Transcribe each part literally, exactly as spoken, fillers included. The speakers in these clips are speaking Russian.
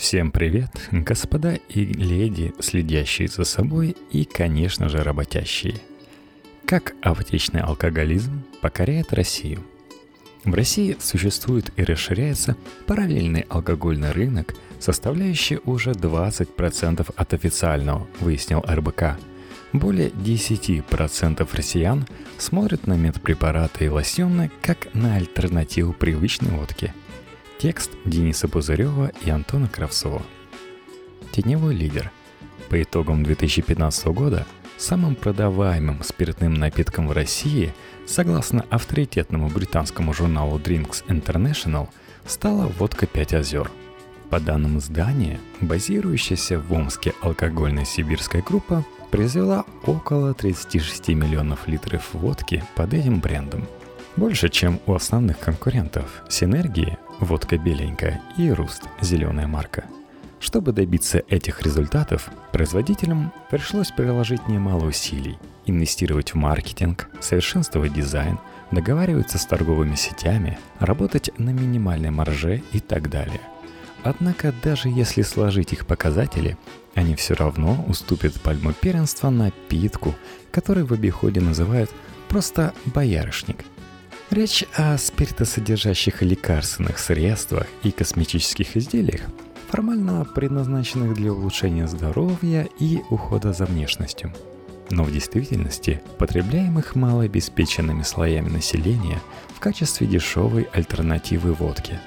Всем привет, господа и леди, следящие за собой и, конечно же, работящие. Как аптечный алкоголизм покоряет Россию? В России существует и расширяется параллельный алкогольный рынок, составляющий уже двадцать процентов от официального, выяснил эр бэ ка. Более десять процентов россиян смотрят на медпрепараты и лосьоны как на альтернативу привычной водке. Текст Дениса Пузырева и Антона Кравцова. Теневой лидер. По итогам две тысячи пятнадцатого года самым продаваемым спиртным напитком в России, согласно авторитетному британскому журналу Drinks International, стала водка «Пять озер». По данным издания, базирующаяся в Омске алкогольная сибирская группа произвела около тридцать шесть миллионов литров водки под этим брендом. Больше, чем у основных конкурентов «Синергии» – водка беленькая и «Руст» – зеленая марка. Чтобы добиться этих результатов, производителям пришлось приложить немало усилий, инвестировать в маркетинг, совершенствовать дизайн, договариваться с торговыми сетями, работать на минимальной марже и так далее. Однако даже если сложить их показатели, они все равно уступят пальму первенства напитку, который в обиходе называют просто «боярышник». Речь о спиртосодержащих лекарственных средствах и косметических изделиях, формально предназначенных для улучшения здоровья и ухода за внешностью. Но в действительности потребляемых малообеспеченными слоями населения в качестве дешевой альтернативы водке.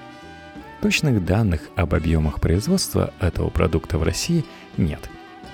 Точных данных об объемах производства этого продукта в России нет.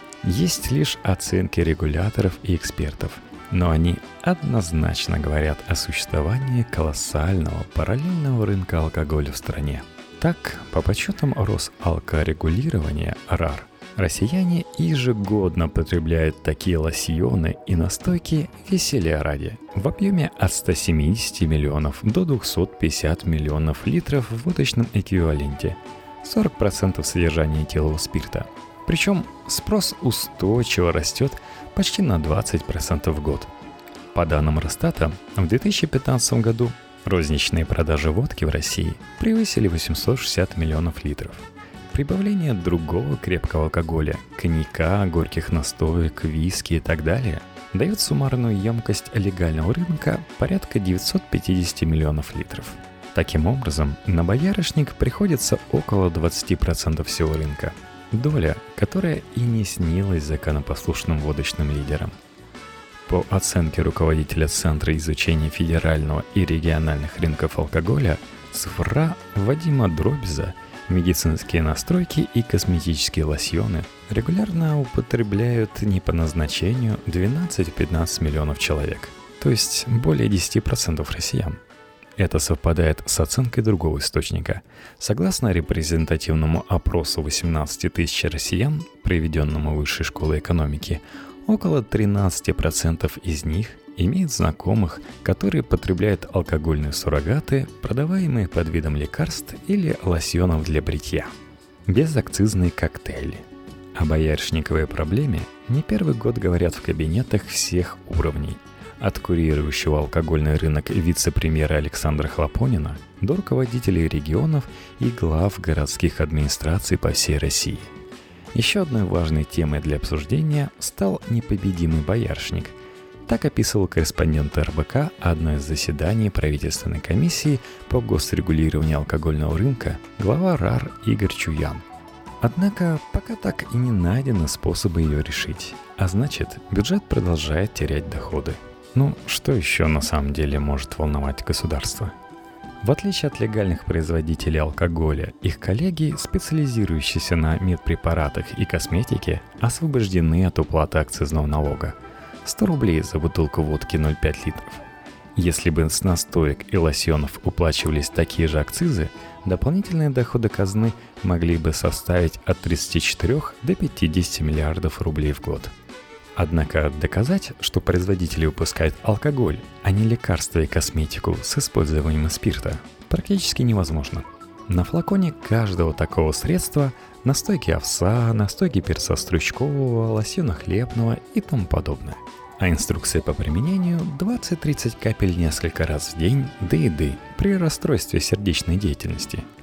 Есть лишь оценки регуляторов и экспертов, но они однозначно говорят о существовании колоссального параллельного рынка алкоголя в стране. Так, по подсчетам Росалкорегулирования РАР, россияне ежегодно потребляют такие лосьоны и настойки «Веселья ради» в объеме от ста семидесяти миллионов до двухсот пятидесяти миллионов литров в водочном эквиваленте, сорок процентов содержания этилового спирта. Причем спрос устойчиво растет почти на двадцать процентов в год. По данным Росстата, в две тысячи пятнадцатом году розничные продажи водки в России превысили восемьсот шестьдесят миллионов литров. Прибавление другого крепкого алкоголя, коньяка, горьких настоек, виски и так далее дает суммарную емкость легального рынка порядка девятьсот пятьдесят миллионов литров. Таким образом, на боярышник приходится около двадцать процентов всего рынка. Доля, которая и не снилась законопослушным водочным лидерам. По оценке руководителя Центра изучения федерального и региональных рынков алкоголя ЦФРА Вадима Дробиза, медицинские настройки и косметические лосьоны регулярно употребляют не по назначению двенадцать-пятнадцать миллионов человек, то есть более десять процентов россиян. Это совпадает с оценкой другого источника. Согласно репрезентативному опросу восемнадцати тысяч россиян, проведенному Высшей школой экономики, около тринадцать процентов из них имеют знакомых, которые потребляют алкогольные суррогаты, продаваемые под видом лекарств или лосьонов для бритья. Безакцизные коктейли. О боярышниковой проблеме не первый год говорят в кабинетах всех уровней. От курирующего алкогольный рынок вице-премьера Александра Хлопонина до руководителей регионов и глав городских администраций по всей России. Еще одной важной темой для обсуждения стал непобедимый боярышник. Так описывал корреспондент эр бэ ка одно из заседаний правительственной комиссии по госрегулированию алкогольного рынка глава РАР Игорь Чуян. Однако пока так и не найдены способы ее решить, а значит, бюджет продолжает терять доходы. Ну, что еще на самом деле может волновать государство? В отличие от легальных производителей алкоголя, их коллеги, специализирующиеся на медпрепаратах и косметике, освобождены от уплаты акцизного налога. сто рублей за бутылку водки ноль целых пять десятых литров. Если бы с настоек и лосьонов уплачивались такие же акцизы, дополнительные доходы казны могли бы составить от тридцати четырёх до пятидесяти миллиардов рублей в год. Однако доказать, что производители выпускают алкоголь, а не лекарства и косметику с использованием спирта, практически невозможно. На флаконе каждого такого средства настойки овса, настойки перца стручкового, лосьона хлебного и тому подобное. А инструкция по применению – двадцать-тридцать капель несколько раз в день до еды при расстройстве сердечной деятельности.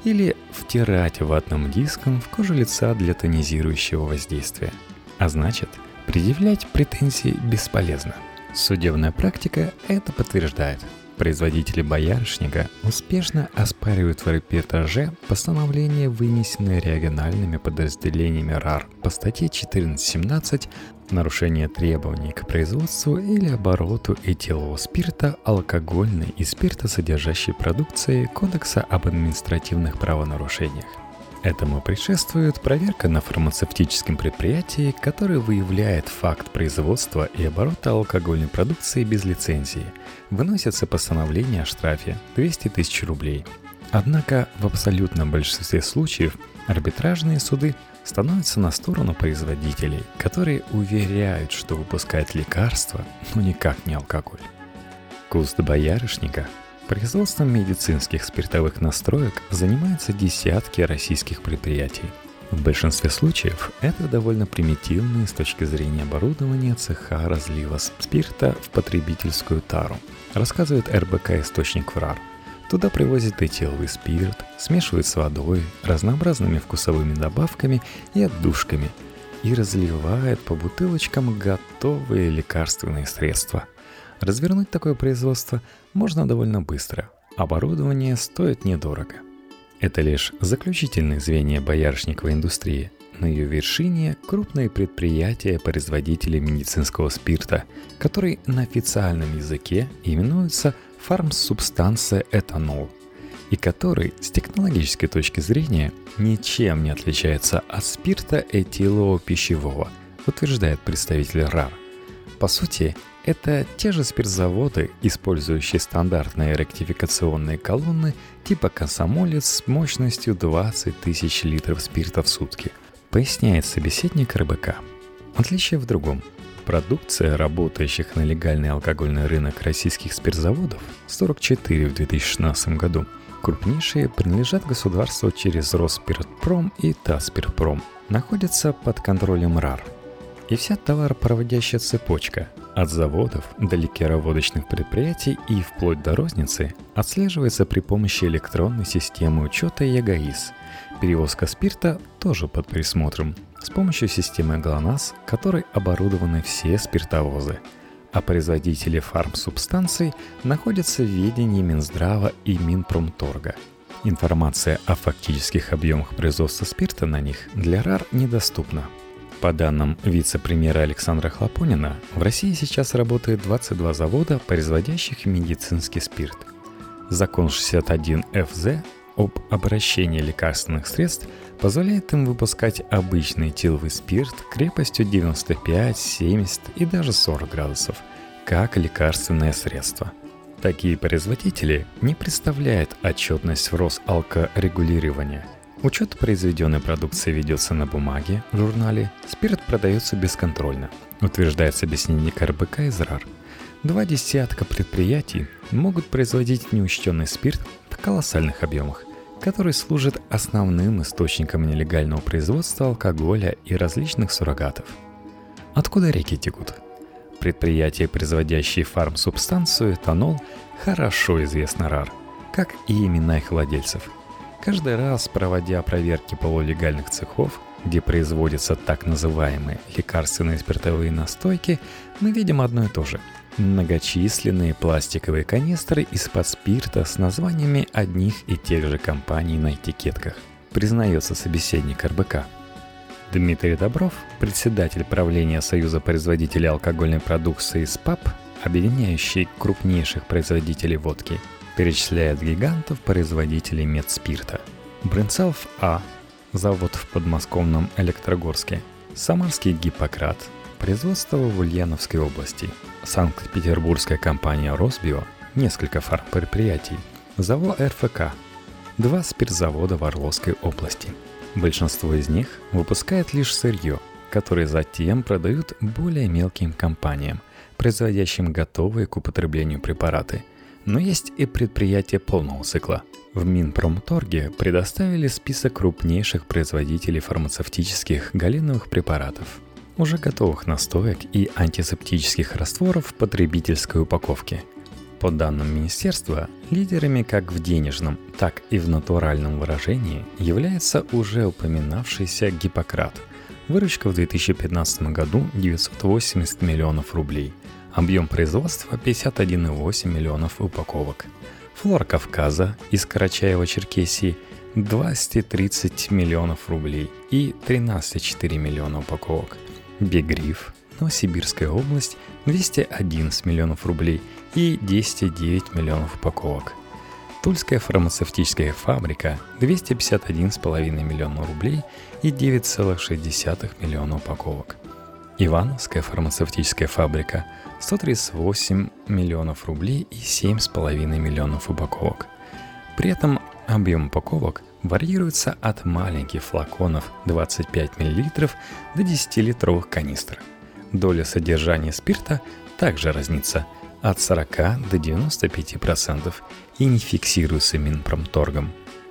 или втирать ватным диском в кожу лица для тонизирующего воздействия. А значит, предъявлять претензии бесполезно. Судебная практика это подтверждает. Производители боярышника успешно оспаривают в арбитраже постановления, вынесенные региональными подразделениями РАР по статье четырнадцать семнадцать «Нарушение требований к производству или обороту этилового спирта, алкогольной и спиртосодержащей продукции Кодекса об административных правонарушениях». Этому предшествует проверка на фармацевтическом предприятии, которое выявляет факт производства и оборота алкогольной продукции без лицензии. Выносится постановление о штрафе двести тысяч рублей. Однако в абсолютном большинстве случаев арбитражные суды становятся на сторону производителей, которые уверяют, что выпускают лекарства, но никак не алкоголь. Куст боярышника. Производством медицинских спиртовых настроек занимаются десятки российских предприятий. В большинстве случаев это довольно примитивные с точки зрения оборудования цеха разлива спирта в потребительскую тару, рассказывает эр бэ ка «Источник в РАР». Туда привозят этиловый спирт, смешивают с водой, разнообразными вкусовыми добавками и отдушками и разливают по бутылочкам готовые лекарственные средства. Развернуть такое производство можно довольно быстро. Оборудование стоит недорого. Это лишь заключительное звенья боярышниковой индустрии. На ее вершине крупные предприятия-производители медицинского спирта, который на официальном языке именуется фармсубстанция этанол, и который с технологической точки зрения ничем не отличается от спирта этилового пищевого, утверждает представитель РАР. По сути, это те же спиртзаводы, использующие стандартные ректификационные колонны типа «Комсомолец» с мощностью двадцать тысяч литров спирта в сутки, поясняет собеседник эр бэ ка. Отличие в другом. Продукция работающих на легальный алкогольный рынок российских спиртзаводов, сорок четыре в две тысячи шестнадцатом году, крупнейшие принадлежат государству через Росспиртпром и Татспиртпром, находятся под контролем РАР. И вся товаропроводящая цепочка от заводов до ликероводочных предприятий и вплоть до розницы отслеживается при помощи электронной системы учета ЕГАИС. Перевозка спирта тоже под присмотром с помощью системы ГЛОНАСС, которой оборудованы все спиртовозы. А производители фармсубстанций находятся в ведении Минздрава и Минпромторга. Информация о фактических объемах производства спирта на них для РАР недоступна. По данным вице-премьера Александра Хлопонина, в России сейчас работает двадцать два завода, производящих медицинский спирт. Закон шестьдесят один эф зэ об обращении лекарственных средств позволяет им выпускать обычный этиловый спирт крепостью девяносто пять, семьдесят и даже сорок градусов, как лекарственное средство. Такие производители не представляют отчетность в Росалкорегулировании. Учет произведенной продукции ведется на бумаге, в журнале, спирт продается бесконтрольно, утверждает собеседник эр бэ ка из РАР. Два десятка предприятий могут производить неучтенный спирт в колоссальных объемах, который служит основным источником нелегального производства алкоголя и различных суррогатов. Откуда реки текут? Предприятия, производящие фармсубстанцию этанол, хорошо известно РАР, как и имена их владельцев. Каждый раз, проводя проверки полулегальных цехов, где производятся так называемые лекарственные спиртовые настойки, мы видим одно и то же – многочисленные пластиковые канистры из-под спирта с названиями одних и тех же компаний на этикетках, признается собеседник эр бэ ка. Дмитрий Добров, председатель правления Союза производителей алкогольной продукции СПАП, объединяющий крупнейших производителей водки, перечисляет гигантов-производителей медспирта. Брынцалов А, завод в подмосковном Электрогорске, Самарский Гиппократ, производство в Ульяновской области, Санкт-Петербургская компания Росбио, несколько фармпредприятий, завод эр эф ка, два спиртзавода в Орловской области. Большинство из них выпускает лишь сырье, которое затем продают более мелким компаниям, производящим готовые к употреблению препараты. Но есть и предприятия полного цикла. В Минпромторге предоставили список крупнейших производителей фармацевтических галиновых препаратов, уже готовых настоек и антисептических растворов в потребительской упаковке. По данным министерства, лидерами как в денежном, так и в натуральном выражении является уже упоминавшийся Гиппократ. Выручка в две тысячи пятнадцатом году девятьсот восемьдесят миллионов рублей. Объем производства пятьдесят один целых восемь десятых миллионов упаковок. Флора Кавказа из Карачаева-Черкесии двести тридцать миллионов рублей и тринадцать целых четыре десятых миллиона упаковок. Бигриф, Новосибирская область, двести одиннадцать миллионов рублей и десять целых девять десятых миллионов упаковок. Тульская фармацевтическая фабрика двести пятьдесят один целых пять десятых миллиона рублей и девять целых шесть десятых миллиона упаковок. Ивановская фармацевтическая фабрика сто тридцать восемь миллионов рублей и семь целых пять десятых миллионов упаковок. При этом объем упаковок варьируется от маленьких флаконов двадцать пять миллилитров до десятилитровых канистр. Доля содержания спирта также разнится от сорока до девяноста пяти процентов и не фиксируется Минпромторгом.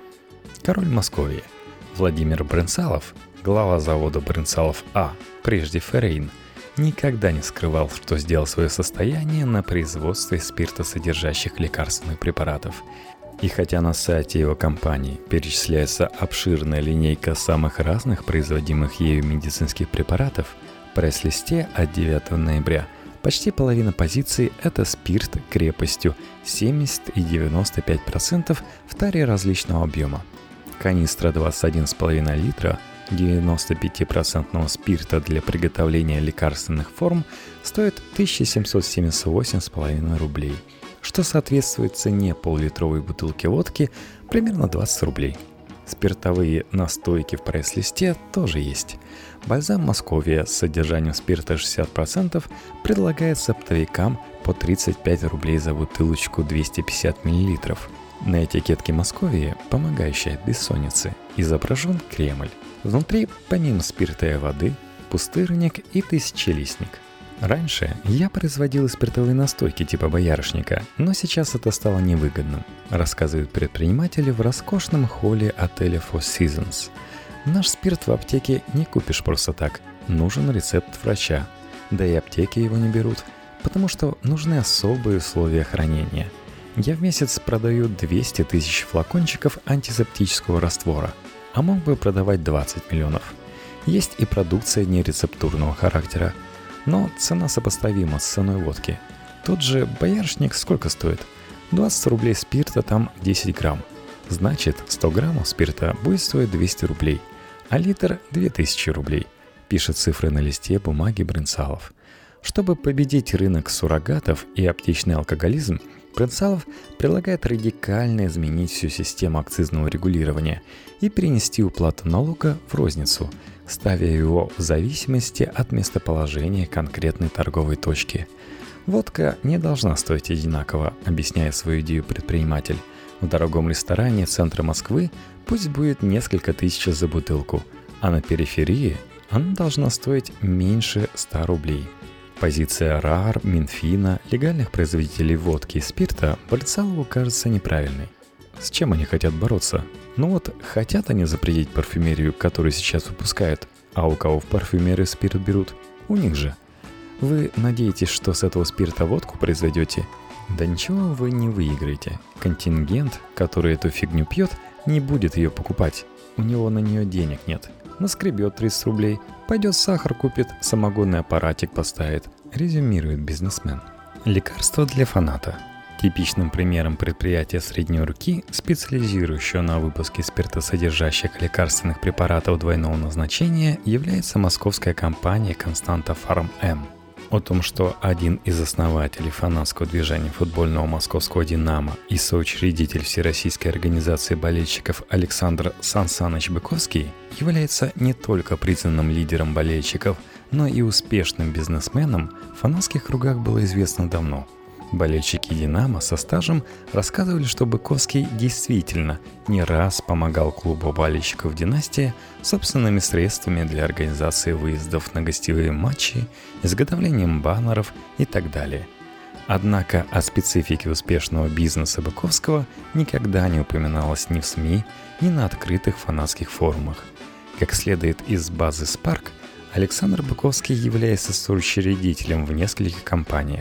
Король Московии Владимир Брынцалов, глава завода Брынцалов А, прежде Феррейн, никогда не скрывал, что сделал свое состояние на производстве спиртосодержащих лекарственных препаратов. И хотя на сайте его компании перечисляется обширная линейка самых разных производимых ею медицинских препаратов, в пресс-листе от девятого ноября почти половина позиций – это спирт крепостью семьдесят и девяносто пять процентов в таре различного объема. Канистра двадцать один целых пять десятых литра девяносто пять процентов спирта для приготовления лекарственных форм стоит тысяча семьсот семьдесят восемь целых пять десятых рублей, что соответствует цене пол-литровой бутылки водки примерно двадцать рублей. Спиртовые настойки в пресс-листе тоже есть. Бальзам Московия с содержанием спирта шестьдесят процентов предлагается оптовикам по тридцать пять рублей за бутылочку двести пятьдесят миллилитров. На этикетке Московии, помогающей от бессонницы, изображен Кремль. Внутри, помимо спирта и воды, пустырник и тысячелистник. Раньше я производил спиртовые настойки типа боярышника, но сейчас это стало невыгодным, рассказывают предприниматели в роскошном холле отеля Four Seasons. Наш спирт в аптеке не купишь просто так, нужен рецепт врача. Да и аптеки его не берут, потому что нужны особые условия хранения. Я в месяц продаю двести тысяч флакончиков антисептического раствора, а мог бы продавать двадцать миллионов. Есть и продукция нерецептурного характера, но цена сопоставима с ценой водки. Тот же боярышник сколько стоит? двадцать рублей спирта, там десять грамм. Значит, сто граммов спирта будет стоить двести рублей, а литр – две тысячи рублей, пишет цифры на листе бумаги Брынцалов. Чтобы победить рынок суррогатов и аптечный алкоголизм, Брынцалов предлагает радикально изменить всю систему акцизного регулирования и перенести уплату налога в розницу, ставя его в зависимости от местоположения конкретной торговой точки. Водка не должна стоить одинаково, объясняет свою идею предприниматель. В дорогом ресторане центра Москвы пусть будет несколько тысяч за бутылку, а на периферии она должна стоить меньше ста рублей. Позиция РАР, Минфина, легальных производителей водки и спирта Брынцалову кажется неправильной. С чем они хотят бороться? Ну вот, хотят они запретить парфюмерию, которую сейчас выпускают, а у кого в парфюмерию спирт берут? У них же. Вы надеетесь, что с этого спирта водку произведете? Да ничего вы не выиграете. Контингент, который эту фигню пьет, не будет ее покупать. У него на нее денег нет. Наскребет тридцать рублей, пойдет сахар купит, самогонный аппаратик поставит, резюмирует бизнесмен. Лекарство для фаната. Типичным примером предприятия средней руки, специализирующего на выпуске спиртосодержащих лекарственных препаратов двойного назначения, является московская компания «Константа Фарм М». О том, что один из основателей фанатского движения футбольного московского «Динамо» и соучредитель Всероссийской организации болельщиков Александр Сансанович Быковский является не только признанным лидером болельщиков, но и успешным бизнесменом, в фанатских кругах было известно давно. Болельщики «Динамо» со стажем рассказывали, что Быковский действительно не раз помогал клубу болельщиков «Династия» собственными средствами для организации выездов на гостевые матчи, изготовлением баннеров и так далее. Однако о специфике успешного бизнеса Быковского никогда не упоминалось ни в СМИ, ни на открытых фанатских форумах. Как следует из базы Spark, Александр Быковский является соучредителем в нескольких компаниях,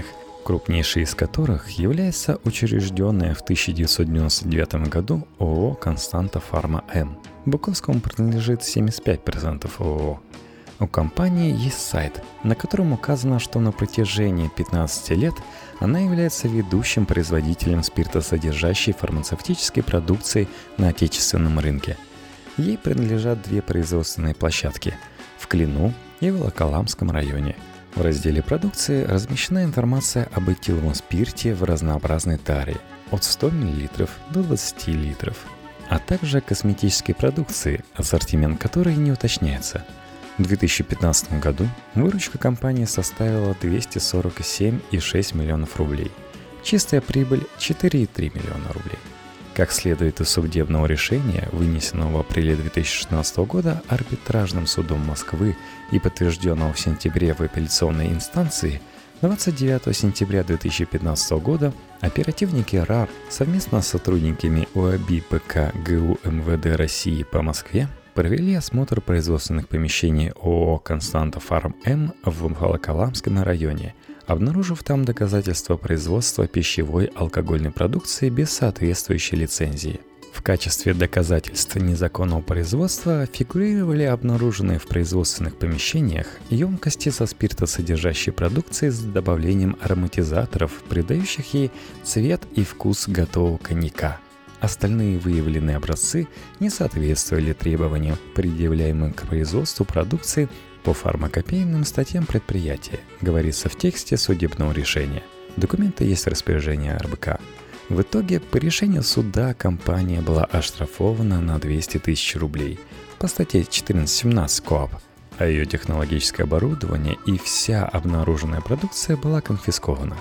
крупнейшей из которых является учрежденная в тысяча девятьсот девяносто девятом году ООО «Константа Фарма М». Буковскому принадлежит семьдесят пять процентов ООО. У компании есть сайт, на котором указано, что на протяжении пятнадцати лет она является ведущим производителем спиртосодержащей фармацевтической продукции на отечественном рынке. Ей принадлежат две производственные площадки – в Клину и в Волоколамском районе. В разделе продукции размещена информация об этиловом спирте в разнообразной таре от ста миллилитров до двадцати литров, а также косметической продукции, ассортимент которой не уточняется. В две тысячи пятнадцатом году выручка компании составила двести сорок семь целых шесть десятых миллионов рублей. Чистая прибыль – четыре целых три десятых миллиона рублей. Как следует из судебного решения, вынесенного в апреле две тысячи шестнадцатого года арбитражным судом Москвы и подтвержденного в сентябре в апелляционной инстанции, двадцать девятого сентября две тысячи пятнадцатого года оперативники РАР совместно с сотрудниками УАБИ ПК ГУ МВД России по Москве провели осмотр производственных помещений ООО «Константа Фарм М» в Волоколамском районе, обнаружив там доказательства производства пищевой алкогольной продукции без соответствующей лицензии. В качестве доказательств незаконного производства фигурировали обнаруженные в производственных помещениях емкости со спиртосодержащей продукцией с добавлением ароматизаторов, придающих ей цвет и вкус готового коньяка. Остальные выявленные образцы не соответствовали требованиям, предъявляемым к производству продукции по фармакопейным статьям предприятия, говорится в тексте судебного решения. Документы есть в распоряжении эр бэ ка. В итоге, по решению суда, компания была оштрафована на двести тысяч рублей по статье четырнадцать семнадцать КоАП, а ее технологическое оборудование и вся обнаруженная продукция была конфискована.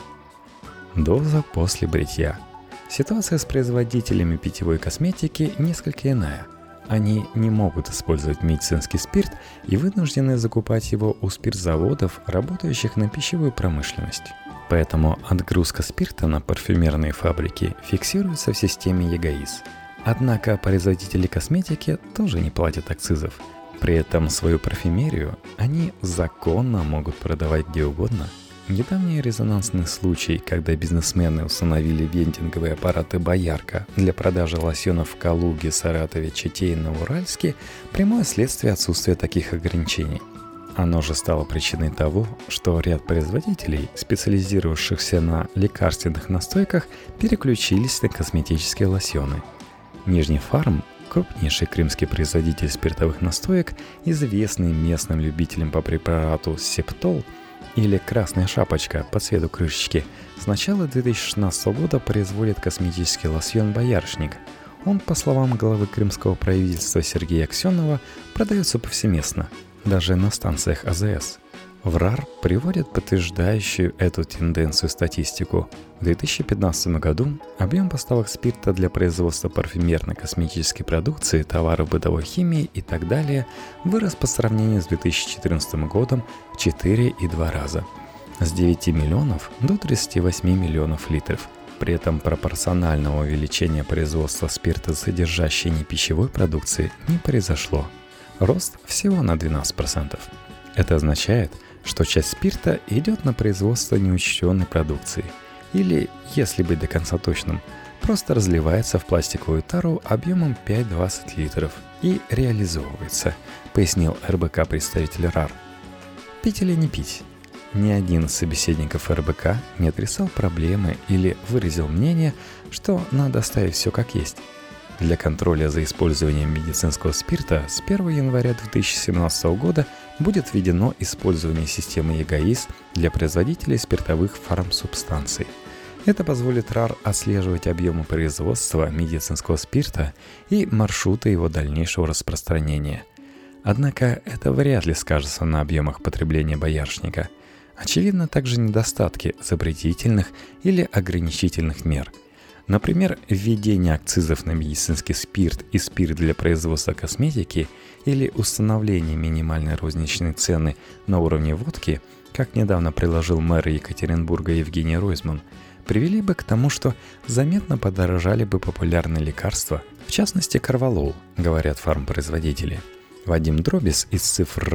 Доза после бритья. Ситуация с производителями питьевой косметики несколько иная. Они не могут использовать медицинский спирт и вынуждены закупать его у спиртзаводов, работающих на пищевую промышленность. Поэтому отгрузка спирта на парфюмерные фабрики фиксируется в системе ЕГАИС. Однако производители косметики тоже не платят акцизов. При этом свою парфюмерию они законно могут продавать где угодно. Недавний резонансный случай, когда бизнесмены установили вендинговые аппараты «Боярка» для продажи лосьонов в Калуге, Саратове, Чите и Новоуральске, прямое следствие отсутствия таких ограничений. Оно же стало причиной того, что ряд производителей, специализировавшихся на лекарственных настойках, переключились на косметические лосьоны. Нижний Фарм, крупнейший крымский производитель спиртовых настоек, известный местным любителям по препарату «Септол», или «Красная шапочка» по цвету крышечки, с начала две тысячи шестнадцатого года производит косметический лосьон «Боярышник». Он, по словам главы крымского правительства Сергея Аксенова, продается повсеместно, даже на станциях а зэ эс. В РАР приводят подтверждающую эту тенденцию статистику. В две тысячи пятнадцатом году объем поставок спирта для производства парфюмерно-косметической продукции, товаров бытовой химии и так далее вырос по сравнению с две тысячи четырнадцатым годом в четыре и два раза – с девяти миллионов до тридцати восьми миллионов литров. При этом пропорционального увеличения производства спиртосодержащей непищевой продукции не произошло. Рост всего на двенадцать процентов. Это означает, что часть спирта идет на производство неучтенной продукции. Или, если быть до конца точным, просто разливается в пластиковую тару объемом пять-двадцать литров и реализовывается, пояснил эр бэ ка представитель РАР. Пить или не пить? Ни один из собеседников эр бэ ка не отрицал проблемы или выразил мнение, что надо оставить все как есть. Для контроля за использованием медицинского спирта с первого января две тысячи семнадцатого года будет введено использование системы ЕГАИС для производителей спиртовых фармсубстанций. Это позволит РАР отслеживать объемы производства медицинского спирта и маршруты его дальнейшего распространения. Однако это вряд ли скажется на объемах потребления боярышника. Очевидно также недостатки запретительных или ограничительных мер. Например, введение акцизов на медицинский спирт и спирт для производства косметики или установление минимальной розничной цены на уровне водки, как недавно предложил мэр Екатеринбурга Евгений Ройзман, привели бы к тому, что заметно подорожали бы популярные лекарства, в частности корвалол, говорят фармпроизводители. Вадим Дробис из цифр эр а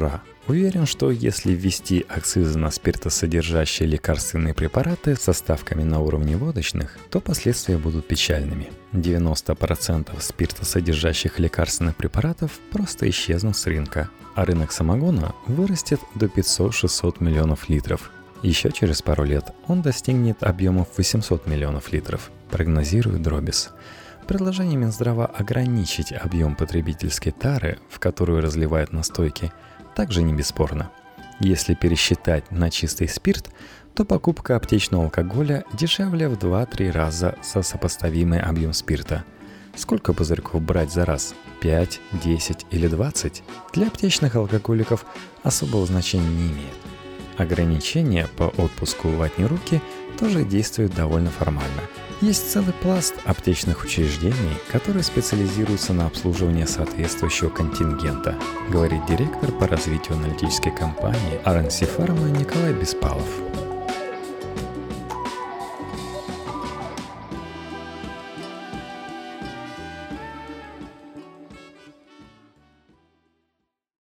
Уверен, что если ввести акцизы на спиртосодержащие лекарственные препараты со ставками на уровне водочных, то последствия будут печальными. девяносто процентов спиртосодержащих лекарственных препаратов просто исчезнут с рынка, а рынок самогона вырастет до пятьсот-шестьсот миллионов литров. Еще через пару лет он достигнет объемов восемьсот миллионов литров, прогнозирует Дробис. Предложение Минздрава ограничить объем потребительской тары, в которую разливают настойки, также не бесспорно. Если пересчитать на чистый спирт, то покупка аптечного алкоголя дешевле в два-три раза за сопоставимый объем спирта. Сколько пузырьков брать за раз? пять, десять или двадцать? Для аптечных алкоголиков особого значения не имеет. Ограничения по отпуску «ватные руки» тоже действуют довольно формально. Есть целый пласт аптечных учреждений, которые специализируются на обслуживании соответствующего контингента, говорит директор по развитию аналитической компании ар эн си Pharma Николай Беспалов.